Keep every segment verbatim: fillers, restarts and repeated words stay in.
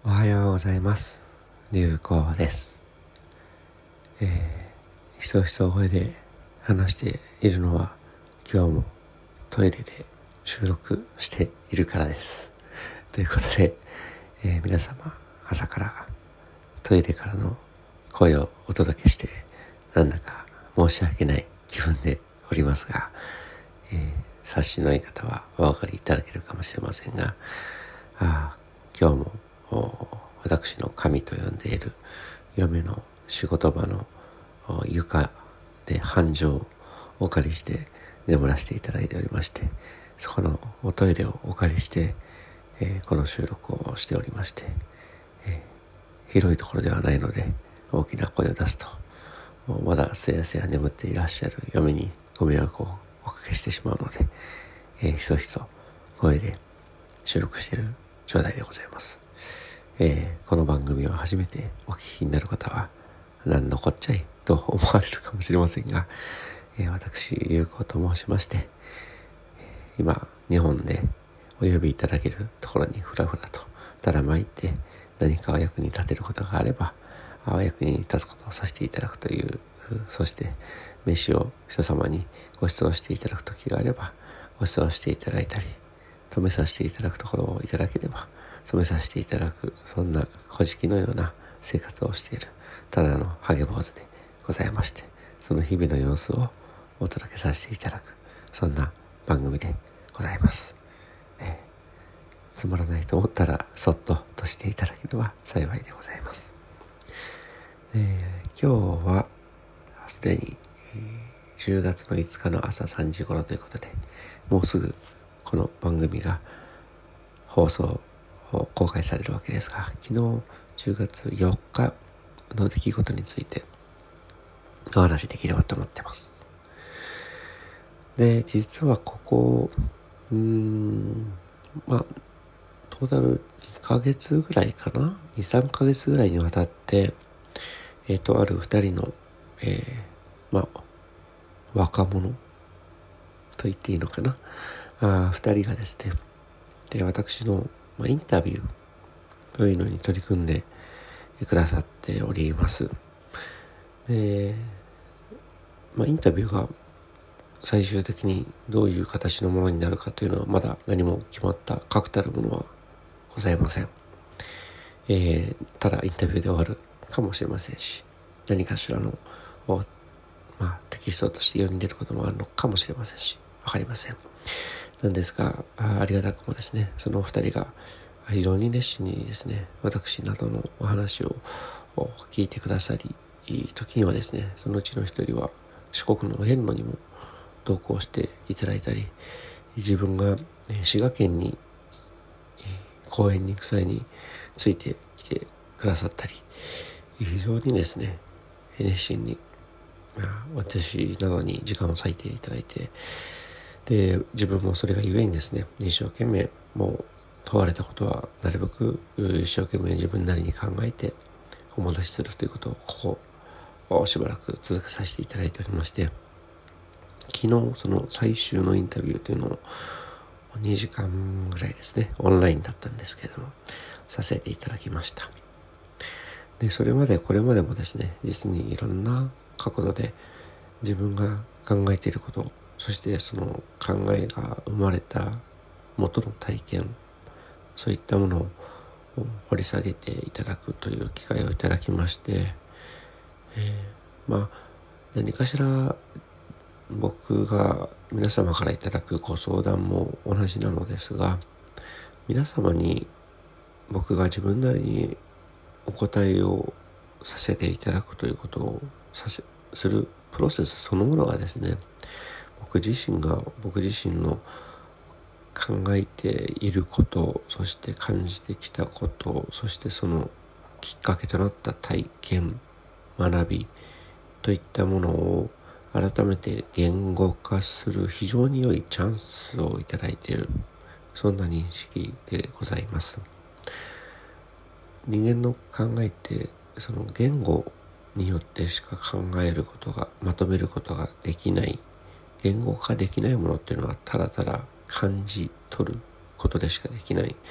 おはようございます。流行です。えー、ひそひそ声で話しているのは今日もトイレで収録しているからです。ということで、えー、皆様朝からトイレからの声をお届けしてなんだか申し訳ない気分でおりますが、えー、察しのいい方はお分かりいただけるかもしれませんが、あ今日も私の神と呼んでいる嫁の仕事場の床で半畳をお借りして眠らせていただいておりまして、そこのおトイレをお借りして、えー、この収録をしておりまして、えー、広いところではないので大きな声を出すとまだすやすや眠っていらっしゃる嫁にご迷惑をおかけしてしまうので、えー、ひそひそ声で収録している状態でございます。えー、この番組を初めてお聞きになる方は何のこっちゃいと思われるかもしれませんが、えー、私ゆうこと申しまして、えー、今日本でお呼びいただけるところにふらふらとただ参って何かお役に立てることがあればお役に立つことをさせていただくという、そして飯を人様にご馳走していただく時があればご馳走していただいたり、止めさせていただくところをいただければ染めさせていただく、そんな小敷のような生活をしているただのハゲ坊主でございまして、その日々の様子をお届けさせていただく、そんな番組でございます。えー、つまらないと思ったらそっととしていただければ幸いでございます。えー、今日はすでにじゅうがつのいつかの朝さんじ頃ということで、もうすぐこの番組が放送公開されるわけですが、昨日じゅうがつよっかの出来事についてお話しできればと思ってます。で、実はここうーんまあトータルにかげつぐらいかな に,さん ヶ月ぐらいにわたってえっ、ー、とあるふたりの、えー、まあ若者と言っていいのかな、あふたりがですね、で私のまあ、インタビューというのに取り組んでくださっております。で、まあ、インタビューが最終的にどういう形のものになるかというのはまだ何も決まった確たるものはございません。えー、ただインタビューで終わるかもしれませんし、何かしらの、まあ、テキストとして世に出ることもあるのかもしれませんし、わかりません。なんですが、あ, ありがたくもですね、そのお二人が非常に熱心にですね、私などのお話を聞いてくださり、時にはですね、そのうちの一人は四国の遍路にも同行していただいたり、自分が滋賀県に公園に行く際についてきてくださったり、非常にですね、熱心に私などに時間を割いていただいて、で自分もそれがゆえにですね、一生懸命もう問われたことはなるべく一生懸命自分なりに考えてお戻しするということをここしばらく続けさせていただいておりまして、昨日その最終のインタビューというのをにじかんぐらいですね、オンラインだったんですけれどもさせていただきました。でそれまでこれまでもですね、実にいろんな角度で自分が考えていること、そしてその考えが生まれた元の体験、そういったものを掘り下げていただくという機会をいただきまして、えー、まあ何かしら僕が皆様からいただくご相談も同じなのですが、皆様に僕が自分なりにお答えをさせていただくということをさせするプロセスそのものがですね、僕自身が僕自身の考えていること、そして感じてきたこと、そしてそのきっかけとなった体験、学びといったものを改めて言語化する非常に良いチャンスをいただいている、そんな認識でございます。人間の考えってその言語によってしか考えることが、まとめることができない、言語化できないものっていうのはただただ感じ取ることでしかできない、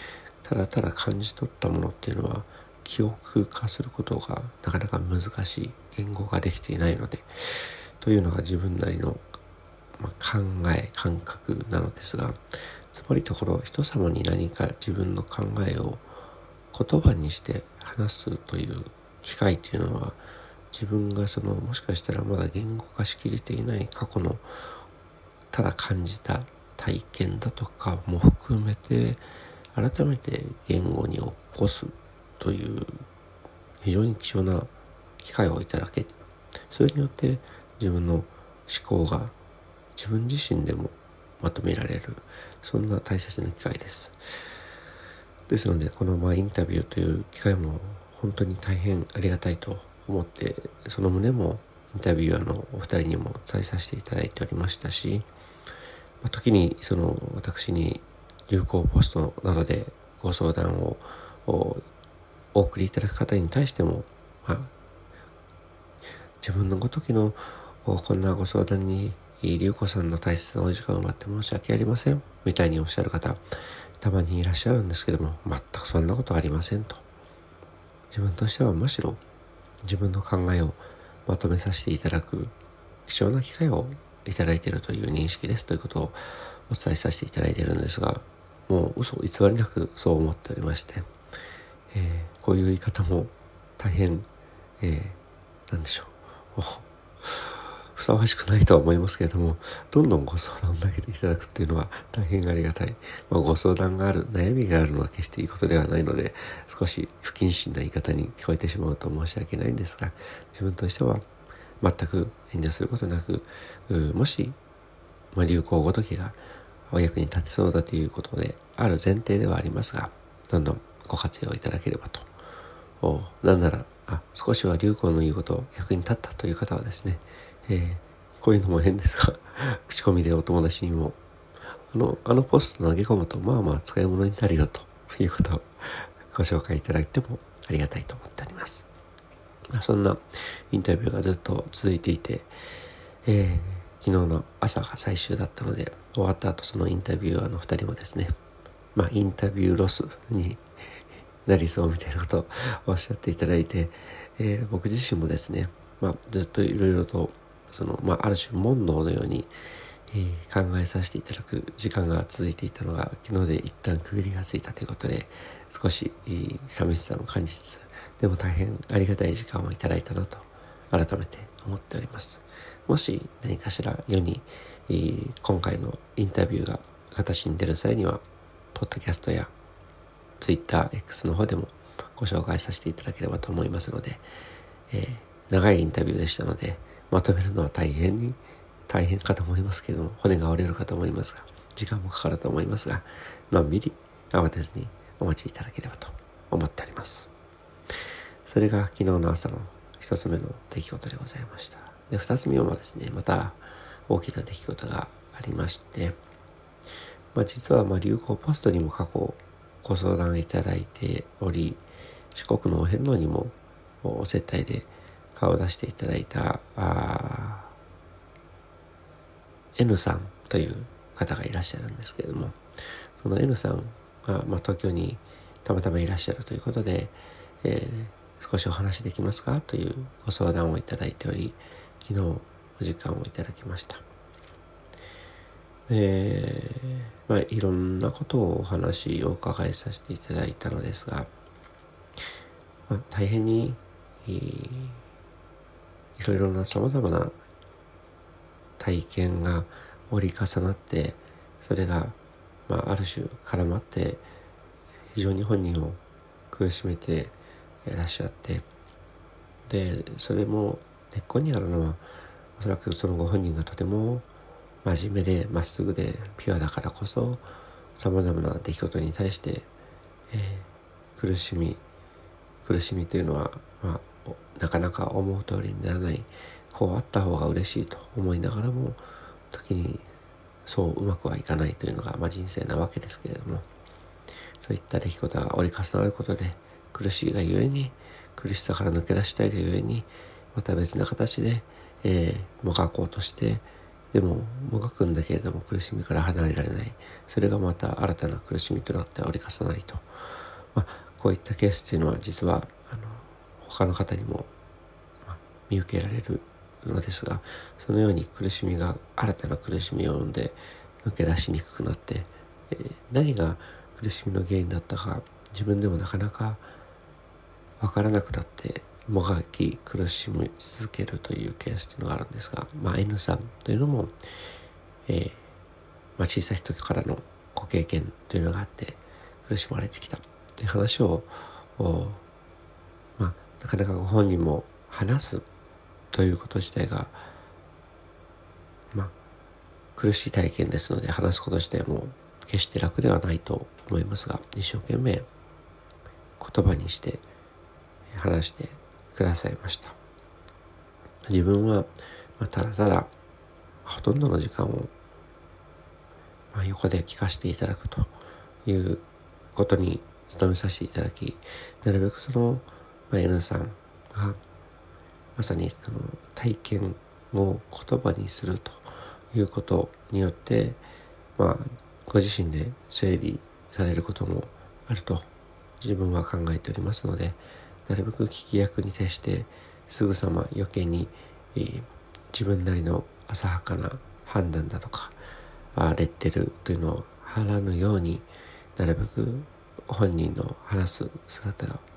ただただ感じ取ったものっていうのは記憶化することがなかなか難しい、言語ができていないので、というのが自分なりの、まあ、考え感覚なのですが、つまりところ人様に何か自分の考えを言葉にして話すという機会というのは、自分がそのもしかしたらまだ言語化しきれていない過去のただ感じた体験だとかも含めて改めて言語に起こすという非常に貴重な機会をいただけ、それによって自分の思考が自分自身でもまとめられる、そんな大切な機会です。ですのでこのまあインタビューという機会も本当に大変ありがたいと思って、その旨もインタビュアーのお二人にも伝えさせていただいておりましたし、まあ、時にその私に流行ポストなどでご相談をお送りいただく方に対しても、まあ、自分のごときのこんなご相談に流子さんの大切なお時間を待って申し訳ありませんみたいにおっしゃる方たまにいらっしゃるんですけども、全くそんなことはありませんと。自分としてはむしろ自分の考えをまとめさせていただく貴重な機会をいただいているという認識ですということをお伝えさせていただいているんですが、もう嘘偽りなくそう思っておりまして、えー、こういう言い方も大変、えー、なんでしょうふさわしくないとは思いますけれども、どんどんご相談を投げていただくっていうのは大変ありがたい。まあ、ご相談がある、悩みがあるのは決していいことではないので、少し不謹慎な言い方に聞こえてしまうと申し訳ないんですが、自分としては全く遠慮することなく、もし、まあ、流行ごときがお役に立てそうだということである前提ではありますが、どんどんご活用いただければと。おなんならあ少しは流行の言うこと役に立ったという方はですね、えー、こういうのも変ですが口コミでお友達にもあのあのポスト投げ込むとまあまあ使い物になるよということをご紹介いただいてもありがたいと思っております。そんなインタビューがずっと続いていて、えー、昨日の朝が最終だったので、終わった後そのインタビュアーのふたりもですね、まあインタビューロスになりそうみたいなことをおっしゃっていただいて、えー、僕自身もですね、まあ、ずっといろいろとその、まあ、ある種問答のように、えー、考えさせていただく時間が続いていたのが、昨日で一旦区切りがついたということで、少し、えー、寂しさも感じつつ、でも大変ありがたい時間をいただいたなと改めて思っております。もし何かしら世に、えー、今回のインタビューが形に出る際には、ポッドキャストやツイッター X の方でもご紹介させていただければと思いますので、えー、長いインタビューでしたのでまとめるのは大変に大変かと思いますけれども、骨が折れるかと思いますが、時間もかかると思いますが、のんびり慌てずにお待ちいただければと思っております。それが昨日の朝の一つ目の出来事でございました。で、二つ目はですね、また大きな出来事がありまして、まあ、実はまあ流行ポストにも過去ご相談いただいており、四国のお遍路にもお接待で顔を出していただいたあ N さんという方がいらっしゃるんですけれども、その N さんが、まあ、東京にたまたまいらっしゃるということで、えー、少しお話できますかというご相談をいただいており、昨日お時間をいただきました。で、まあ、いろんなことをお話をお伺いさせていただいたのですが、まあ、大変に、えー、いろいろな様々な体験が折り重なって、それが、まあ、ある種絡まって非常に本人を苦しめていらっしゃって、でそれも根っこにあるのはおそらくそのご本人がとても真面目でまっすぐでピュアだからこそ、様々な出来事に対して、えー、苦しみ苦しみというのは、まあ、なかなか思う通りにならない、こうあった方が嬉しいと思いながらも時にそううまくはいかないというのが、まあ、人生なわけですけれども、そういった出来事が折り重なることで苦しいがゆえに、苦しさから抜け出したいがゆえに、また別な形で、えー、もがこうとしてでももがくんだけれども苦しみから離れられない。それがまた新たな苦しみとなって折り重なりと、まあ、こういったケースというのは実はあの他の方にも、まあ、見受けられるのですが、そのように苦しみが新たな苦しみを生んで抜け出しにくくなって、えー、何が苦しみの原因だったか自分でもなかなかわからなくなってもがき苦しみ続けるというケースというのがあるんですが、まあ、N さんというのも、えーまあ、小さい時からのご経験というのがあって苦しまれてきたという話を、まあ、なかなかご本人も話すということ自体が、まあ、苦しい体験ですので話すこと自体も決して楽ではないと思いますが、一生懸命言葉にして話してくださいました。自分は、まあ、ただただほとんどの時間を、まあ、横で聞かせていただくということに努めさせていただき、なるべくその、まあ、N さんがまさにその体験を言葉にするということによって、まあ、ご自身で整理されることもあると自分は考えておりますので、なるべく聞き役に徹してすぐさま余計に、えー、自分なりの浅はかな判断だとかあレッテルというのを貼らぬように、なるべく本人の話す姿を、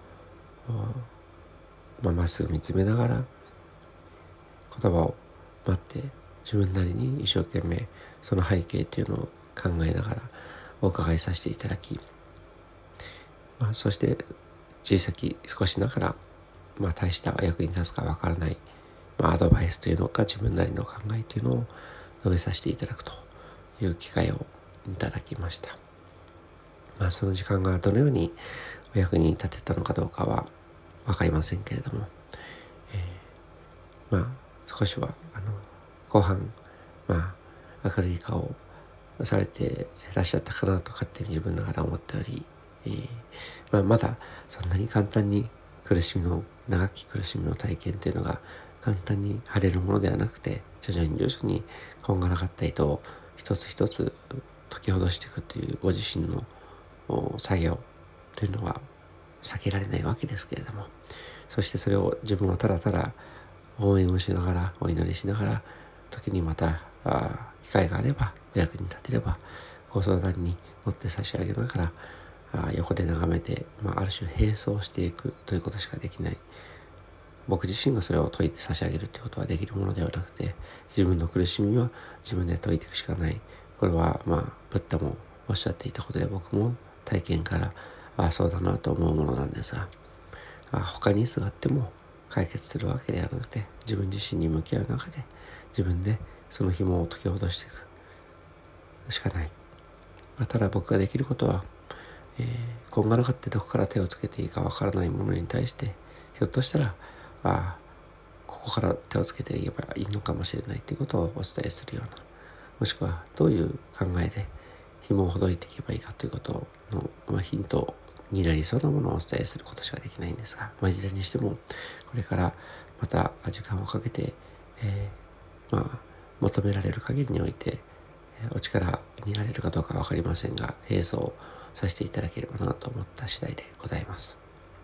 まあ、まっすぐ見つめながら言葉を待って自分なりに一生懸命その背景というのを考えながらお伺いさせていただき、まあ、そして小さき少しながら、まあ、大した役に立つかわからない、まあ、アドバイスというのか自分なりの考えというのを述べさせていただくという機会をいただきました。まあ、その時間がどのようにお役に立てたのかどうかはわかりませんけれども、えー、まあ少しはあの後半、まあ、明るい顔をされていらっしゃったかなと勝手に自分ながら思っており、えーまあ、まだそんなに簡単に苦しみの長き苦しみの体験というのが簡単に晴れるものではなくて、徐々に徐々にこんがらがった糸を一つ一つ解きほどしていくというご自身の作業というのは避けられないわけですけれども、そしてそれを自分はただただ応援をしながらお祈りしながら、時にまたあ機会があればお役に立てればご相談に乗って差し上げながらあ横で眺めて、まあ、ある種並走していくということしかできない。僕自身がそれを解いて差し上げるということはできるものではなくて、自分の苦しみは自分で解いていくしかない。これはまあブッダもおっしゃっていたことで、僕も体験からあそうだなと思うものなんですが、あ他にすがっても解決するわけではなくて、自分自身に向き合う中で自分でその紐を解きほどしていくしかない。まあ、ただ僕ができることは、えー、こんがらがってどこから手をつけていいかわからないものに対して、ひょっとしたらあここから手をつけていけばいいのかもしれないということをお伝えするような、もしくはどういう考えで紐をほどいていけばいいかということの、まあ、ヒントになりそうなものをお伝えすることしかできないんですが、まあ、いずれにしてもこれからまた時間をかけて、えー、まあ求められる限りにおいて、えー、お力になれるかどうかわかりませんが、並走させていただければなと思った次第でございます。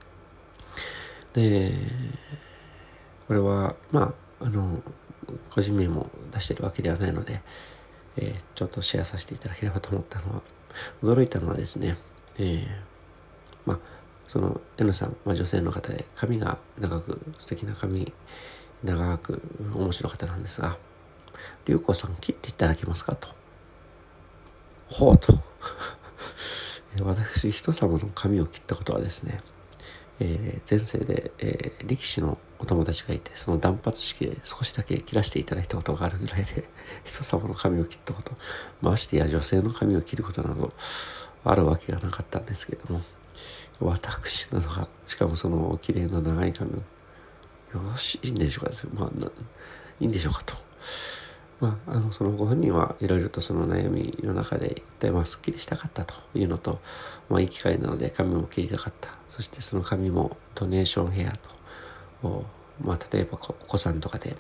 で、これはまああの個人名も出しているわけではないので、えー、ちょっとシェアさせていただければと思ったのは、驚いたのはですね、えー、まあその N さん、まあ、女性の方で髪が長く素敵な髪長く面白い方なんですが、龍子さん切っていただけますかと。ほうと私人様の髪を切ったことはですね、えー、前世で、えー、力士のお友達がいて、その断髪式で少しだけ切らせていただいたことがあるぐらいで、人様の髪を切ったこと、ましてや女性の髪を切ることなどあるわけがなかったんですけれども、私などがしかもその綺麗な長い髪をよろしいんでしょうかですよ、まあないいんでしょうかと。まあ、あのそのご本人はいろいろとその悩みの中で一体まあすっきりしたかったというのと、まあ、いい機会なので髪も切りたかった。そしてその髪もドネーションヘアと、まあ、例えばお子さんとかで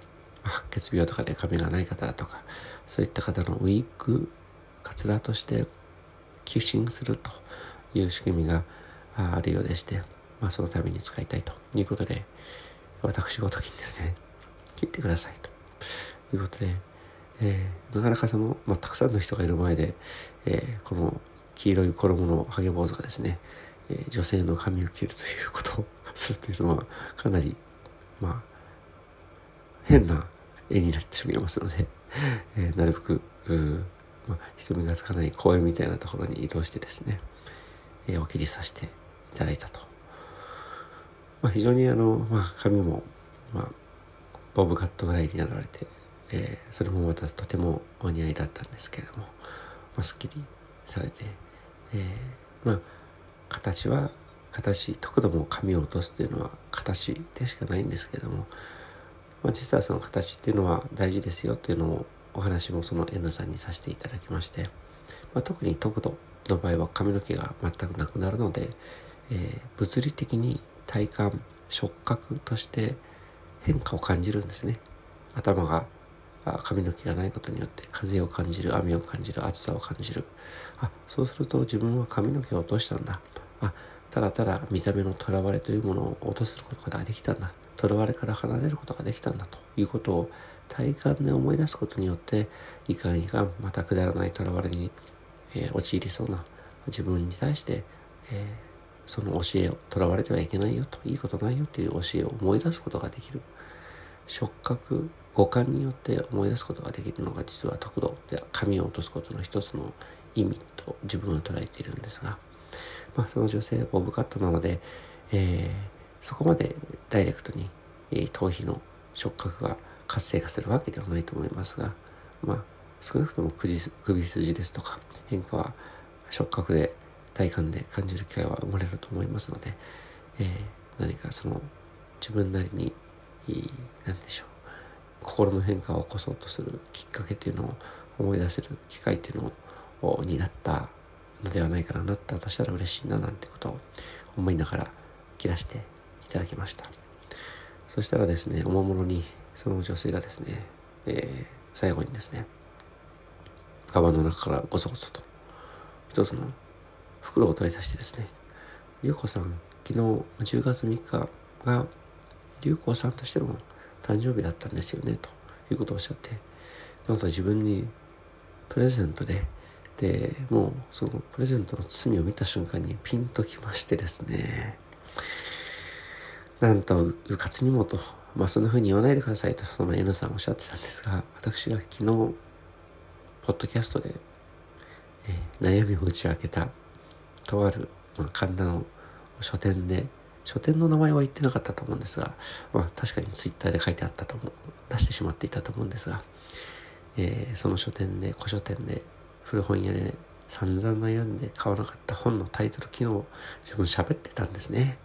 白血病とかで髪がない方とか、そういった方のウィッグカツラとして寄進するという仕組みがあるようでして、まあ、そのために使いたいということで、私ごときにですね、切ってくださいということで、えー、なかなかその、まあ、たくさんの人がいる前で、えー、この黄色い衣のハゲ坊主がですね、えー、女性の髪を切るということをするというのはかなり、まあ、変な絵になってしまいますので、えー、なるべく、まあ、人目がつかない公園みたいなところに移動してですね、えー、お切りさせていただいたと。まあ、非常にあの、まあ、髪も、まあ、ボブカットぐらいになられて、えー、それもまたとてもお似合いだったんですけれども、まあ、すっきりされて、えー、まあ形は形、特度も髪を落とすというのは形でしかないんですけれども、まあ、実はその形っていうのは大事ですよというのをお話もその N さんにさせていただきまして、まあ、特に特度の場合は髪の毛が全くなくなるので、えー、物理的に体感、触覚として変化を感じるんですね。頭が髪の毛がないことによって風を感じる、雨を感じる、暑さを感じる。あ、そうすると自分は髪の毛を落としたんだ。あ、ただただ見た目のとらわれというものを落とすことができたんだ。とらわれから離れることができたんだということを体感で思い出すことによって、いかんいかんまたくだらないとらわれに、えー、陥りそうな自分に対して、えー、その教えをとらわれてはいけないよと、いいことないよという教えを思い出すことができる。触覚、五感によって思い出すことができるのが実は特度で、髪を落とすことの一つの意味と自分は捉えているんですが、まあ、その女性ボブカットなので、えー、そこまでダイレクトに、えー、頭皮の触覚が活性化するわけではないと思いますが、まあ、少なくとも首筋ですとか変化は触覚で体感で感じる機会は生まれると思いますので、えー、何かその自分なりに何でしょう、心の変化を起こそうとするきっかけっていうのを思い出せる機会っていうのをになったのではないかな、なったとしたら嬉しいななんてことを思いながら切らしていただきました。そしたらですね、おもむろにその女性がですね、えー、最後にですね、カバンの中からゴソゴソと一つの袋を取り出してですね、りゅうこさん、昨日じゅうがつみっかがりゅうこさんとしての誕生日だったんですよねということをおっしゃって、なんと自分にプレゼントででもうそのプレゼントの包みを見た瞬間にピンときましてですね、なんとうかつにもと、まあそんな風に言わないでくださいとその N さんおっしゃってたんですが、私が昨日ポッドキャストで、えー、悩みを打ち明けたとある、まあ、神田の書店で、書店の名前は言ってなかったと思うんですが、まあ確かにツイッターで書いてあったと思う、出してしまっていたと思うんですが、えー、その書店で、古書店で、古本屋で散々悩んで買わなかった本のタイトル、昨日自分喋ってたんですね。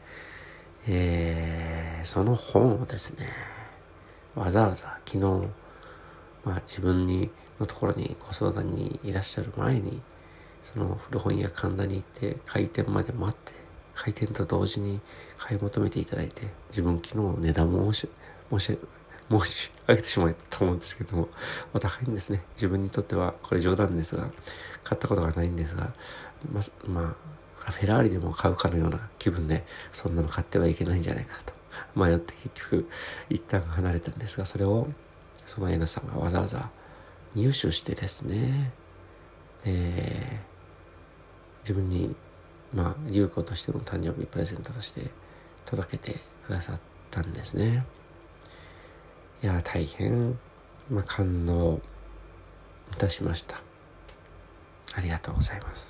えー、その本をですね、わざわざ昨日、まあ自分にのところにご相談にいらっしゃる前に、その古本屋神田に行って開店まで待って、開店と同時に買い求めていただいて、自分昨日値段も申し申し申し上げてしまったと思うんですけども、お高いんですね。自分にとってはこれ冗談ですが、買ったことがないんですが、ままあフェラーリでも買うかのような気分で、そんなの買ってはいけないんじゃないかと迷って結局一旦離れたんですが、それをその N さんがわざわざ入手してですね、で自分にまあ流行としての誕生日プレゼントとして届けてくださったんですね。いや大変、まあ、感動いたしました。ありがとうございます。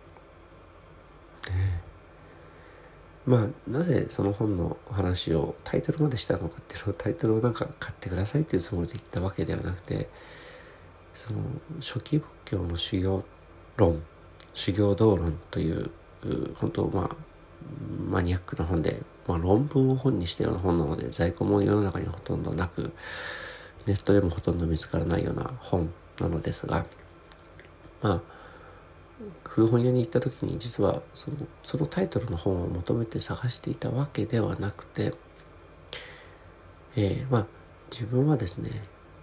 ね、まあなぜその本のお話をタイトルまでしたのかっていうのを、タイトルをなんか買ってくださいというつもりで言ったわけではなくて、その初期仏教の修行論、修行道論という本当まあマニアックな本で、まあ、論文を本にしたような本なので、在庫も世の中にほとんどなく、ネットでもほとんど見つからないような本なのですが、まあ古本屋に行った時に実はそのそのタイトルの本を求めて探していたわけではなくて、えー、まあ自分はですね、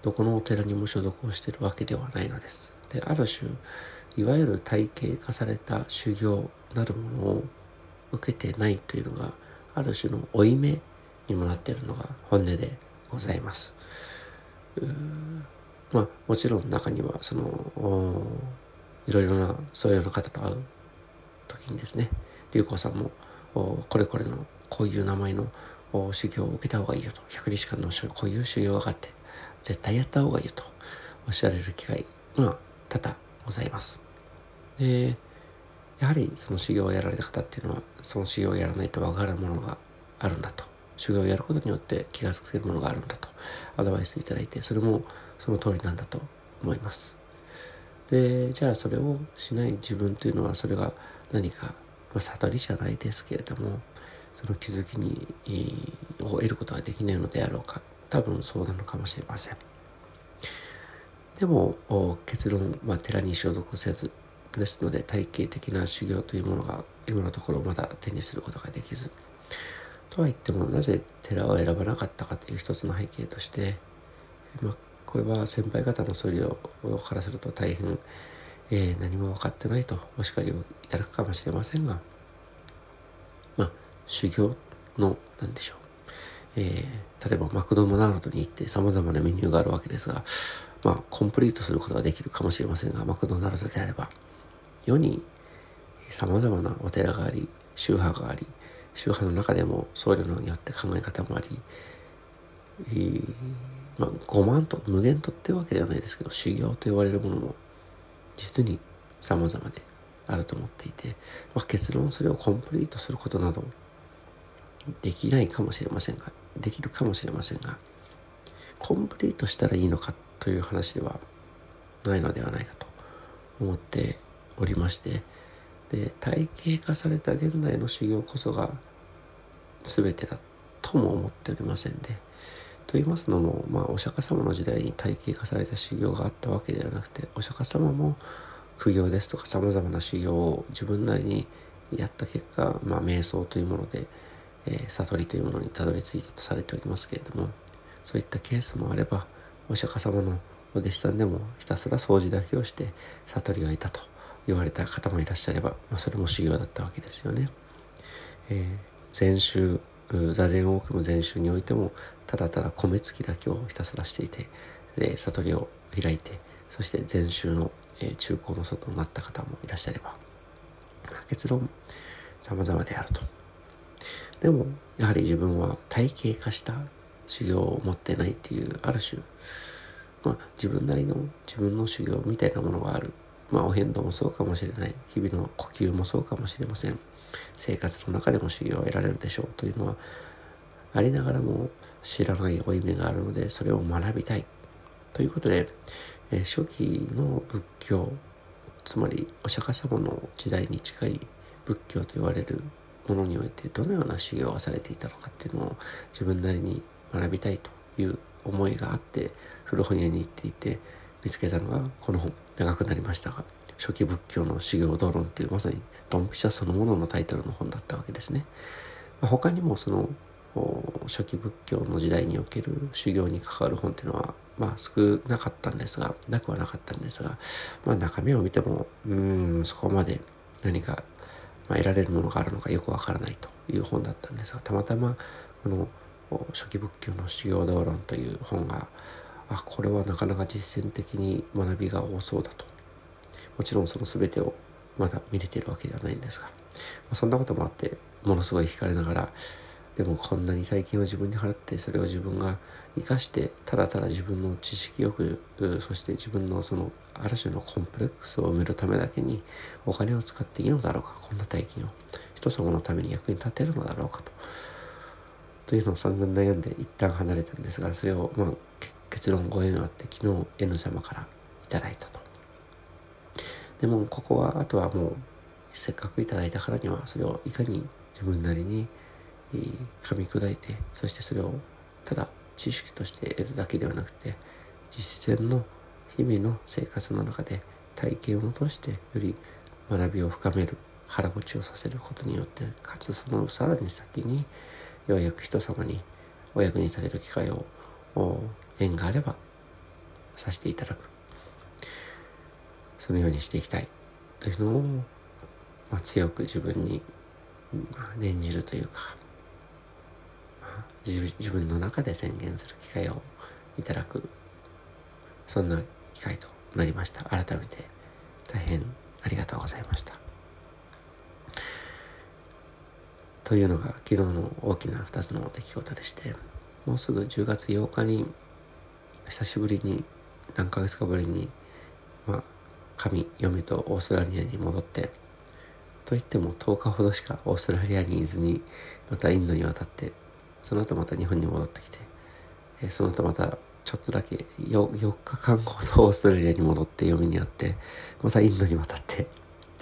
どこのお寺にも所属をしているわけではないのです。で、ある種いわゆる体系化された修行なるものを受けてないというのが、ある種の負い目にもなっているのが本音でございます。うーまあもちろん中にはそのいろいろなそういうような方と会う時にですね、龍子さんもこれこれのこういう名前の修行を受けた方がいいよと、百日間のこういう修行があって絶対やった方がいいよとおっしゃられる機会が多々ございます。で、やはりその修行をやられた方っていうのは、その修行をやらないと分からるものがあるんだと、修行をやることによって気がつけるものがあるんだとアドバイスいただいて、それもその通りなんだと思います。で、じゃあそれをしない自分というのは、それが何か、まあ、悟りじゃないですけれども、その気づきにを得ることができないのであろうか。多分そうなのかもしれません。でも結論、まあ、寺に所属せずですので、体系的な修行というものが今のところまだ手にすることができず、とは言ってもなぜ寺を選ばなかったかという一つの背景として、まあ、これは先輩方のそれをからすると大変、えー、何も分かってないとお叱りをいただくかもしれませんが、まあ修行の何でしょう、えー、例えばマクドナルドに行って様々なメニューがあるわけですが、まあコンプリートすることができるかもしれませんが、マクドナルドであれば世に様々なお寺があり、宗派があり、宗派の中でも僧侶によって考え方もあり、えー、まあごまんと無限とってわけではないですけど、修行と言われるものも実に様々であると思っていて、まあ、結論それをコンプリートすることなどできないかもしれませんが、できるかもしれませんが、コンプリートしたらいいのかという話ではないのではないかと思っておりまして、で、体系化された現代の修行こそが全てだとも思っておりませんで、と言いますのも、まあお釈迦様の時代に体系化された修行があったわけではなくて、お釈迦様も苦行ですとか様々な修行を自分なりにやった結果、まあ瞑想というもので、えー、悟りというものにたどり着いたとされておりますけれども、そういったケースもあれば、お釈迦様のお弟子さんでもひたすら掃除だけをして悟りを得たと言われた方もいらっしゃれば、まあ、それも修行だったわけですよね。えー、禅宗、座禅を組む禅宗においても、ただただ米つきだけをひたすらしていて、で悟りを開いて、そして禅宗の、えー、中高の外になった方もいらっしゃれば、結論様々であると。でもやはり自分は体系化した修行を持ってないっていう、ある種、まあ、自分なりの自分の修行みたいなものがある。まあお遍路もそうかもしれない、日々の呼吸もそうかもしれません、生活の中でも修行を得られるでしょうというのはありながらも、知らない負い目があるので、それを学びたいということで、えー、初期の仏教、つまりお釈迦様の時代に近い仏教と言われるものにおいて、どのような修行がされていたのかっていうのを自分なりに学びたいという思いがあって、古本屋に行っていて見つけたのがこの本、長くなりましたが、初期仏教の修行道論っていう、まさにドンピシャそのもののタイトルの本だったわけですね。他にもその初期仏教の時代における修行に関わる本っていうのはまあ少なかったんですが、なくはなかったんですが、まあ中身を見てもうーんそこまで何か、まあ、得られるものがあるのかよくわからないという本だったんですが、たまたまこの初期仏教の修行道論という本が、あ、これはなかなか実践的に学びが多そうだと。もちろんその全てをまだ見れているわけではないんですが、まあ、そんなこともあってものすごい惹かれながら、でもこんなに大金を自分に払って、それを自分が生かしてただただ自分の知識欲、そして自分のそのある種のコンプレックスを埋めるためだけにお金を使っていいのだろうか、こんな大金を人様のために役に立てるのだろうかとというのを散々悩んで一旦離れたんですが、それをまあ結論ご縁あって昨日 N 様からいただいたと。でもここはあとはもうせっかくいただいたからには、それをいかに自分なりに噛み砕いて、そしてそれをただ知識として得るだけではなくて、実践の日々の生活の中で体験を通してより学びを深める、腹ごちをさせることによって、かつそのさらに先にようやく人様にお役に立てる機会を縁があればさせていただく、そのようにしていきたいというのを、まあ、強く自分に、まあ、念じるというか、まあ、自, 自分の中で宣言する機会をいただく、そんな機会となりました。改めて大変ありがとうございました。というのが昨日の大きなふたつの出来事でして、もうすぐじゅうがつようかに久しぶりに何ヶ月かぶりに、まあ、神、嫁とオーストラリアに戻って、といってもとおかほどしかオーストラリアにいずに、またインドに渡って、その後また日本に戻ってきて、えその後またちょっとだけ よ, よっかかんほどオーストラリアに戻って嫁に会って、またインドに渡って、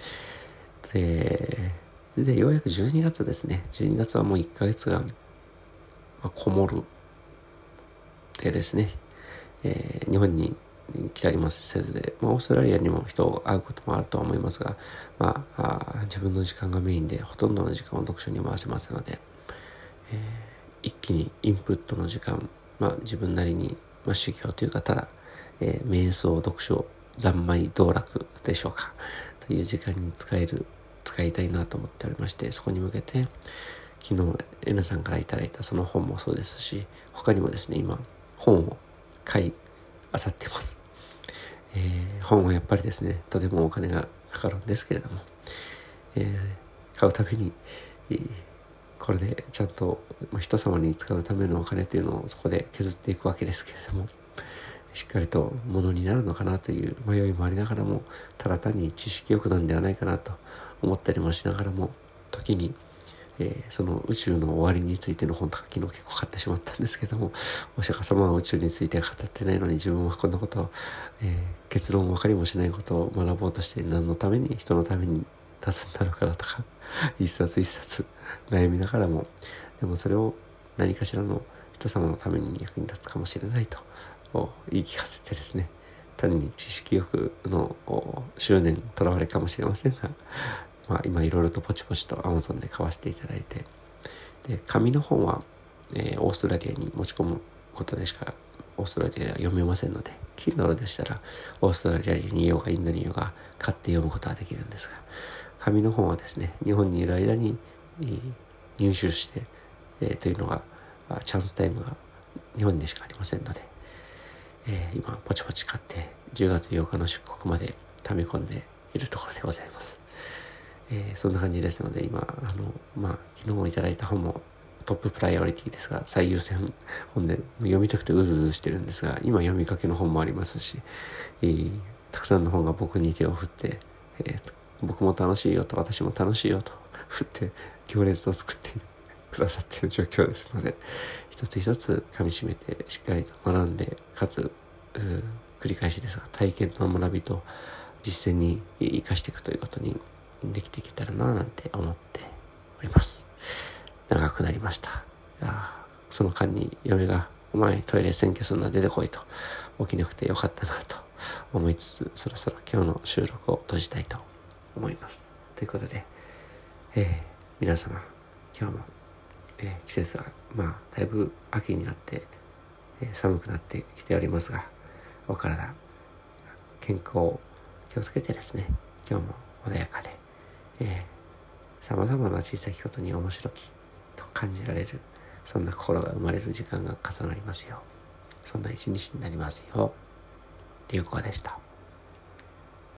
で、でようやくじゅうにがつですね。じゅうにがつはもういっかげつが、まあ、こもるでですね、えー、日本に来たりもせずで、まあ、オーストラリアにも人を会うこともあるとは思いますが、まあ、あ自分の時間がメインでほとんどの時間を読書に回せますので、えー、一気にインプットの時間、まあ、自分なりに、まあ、修行というかただ、えー、瞑想、読書、三昧、道楽でしょうかという時間に使える使いたいなと思っておりまして、そこに向けて昨日 N さんからいただいたその本もそうですし、他にもですね今本を買い漁ってます。えー、本はやっぱりですねとてもお金がかかるんですけれども、えー、買うたびに、えー、これでちゃんと、まあ、人様に使うためのお金というのをそこで削っていくわけですけれども、しっかりとものになるのかなという迷いもありながらも、ただ単に知識欲なんではないかなと思ったりもしながらも、時に、えー、その宇宙の終わりについての本とか昨日結構買ってしまったんですけども、お釈迦様は宇宙について語ってないのに自分はこんなことを、えー、結論分かりもしないことを学ぼうとして何のために人のために立つんだろうかなとか一冊一冊悩みながらも、でもそれを何かしらの人様のために役に立つかもしれないとを言い聞かせてですね、単に知識欲の執念とらわれかもしれませんが、まあ、今いろいろとポチポチと Amazon で買わせていただいて、で紙の本は、えー、オーストラリアに持ち込むことでしかオーストラリアでは読めませんので、 Kindle でしたらオーストラリアにいようがインドにいようが買って読むことはできるんですが、紙の本はですね日本にいる間に、えー、入手して、えー、というのがチャンスタイムが日本でしかありませんので、えー、今ポチポチ買ってじゅうがつようかの出国まで溜め込んでいるところでございます。えー、そんな感じですので、今あのまあ昨日もいただいた本もトッププライオリティですが、最優先本で読みたくてうずうずしてるんですが、今読みかけの本もありますし、えー、たくさんの本が僕に手を振って、えー、僕も楽しいよと私も楽しいよと振って行列を作っているくださっている状況ですので、一つ一つ噛み締めてしっかりと学んで、かつ繰り返しですが体験の学びと実践に生かしていくということにできていけたらななんて思っております。長くなりました。いやその間に嫁がお前トイレ占拠するのは出てこいと起きなくてよかったなと思いつつ、そろそろ今日の収録を閉じたいと思います。ということで、えー、皆様今日もえー、季節はまあだいぶ秋になって、えー、寒くなってきておりますが、お体健康気をつけてですね、今日も穏やかで、えー、様々な小さいことに面白きと感じられる、そんな心が生まれる時間が重なりますよう、そんな一日になりますよう。流行でした。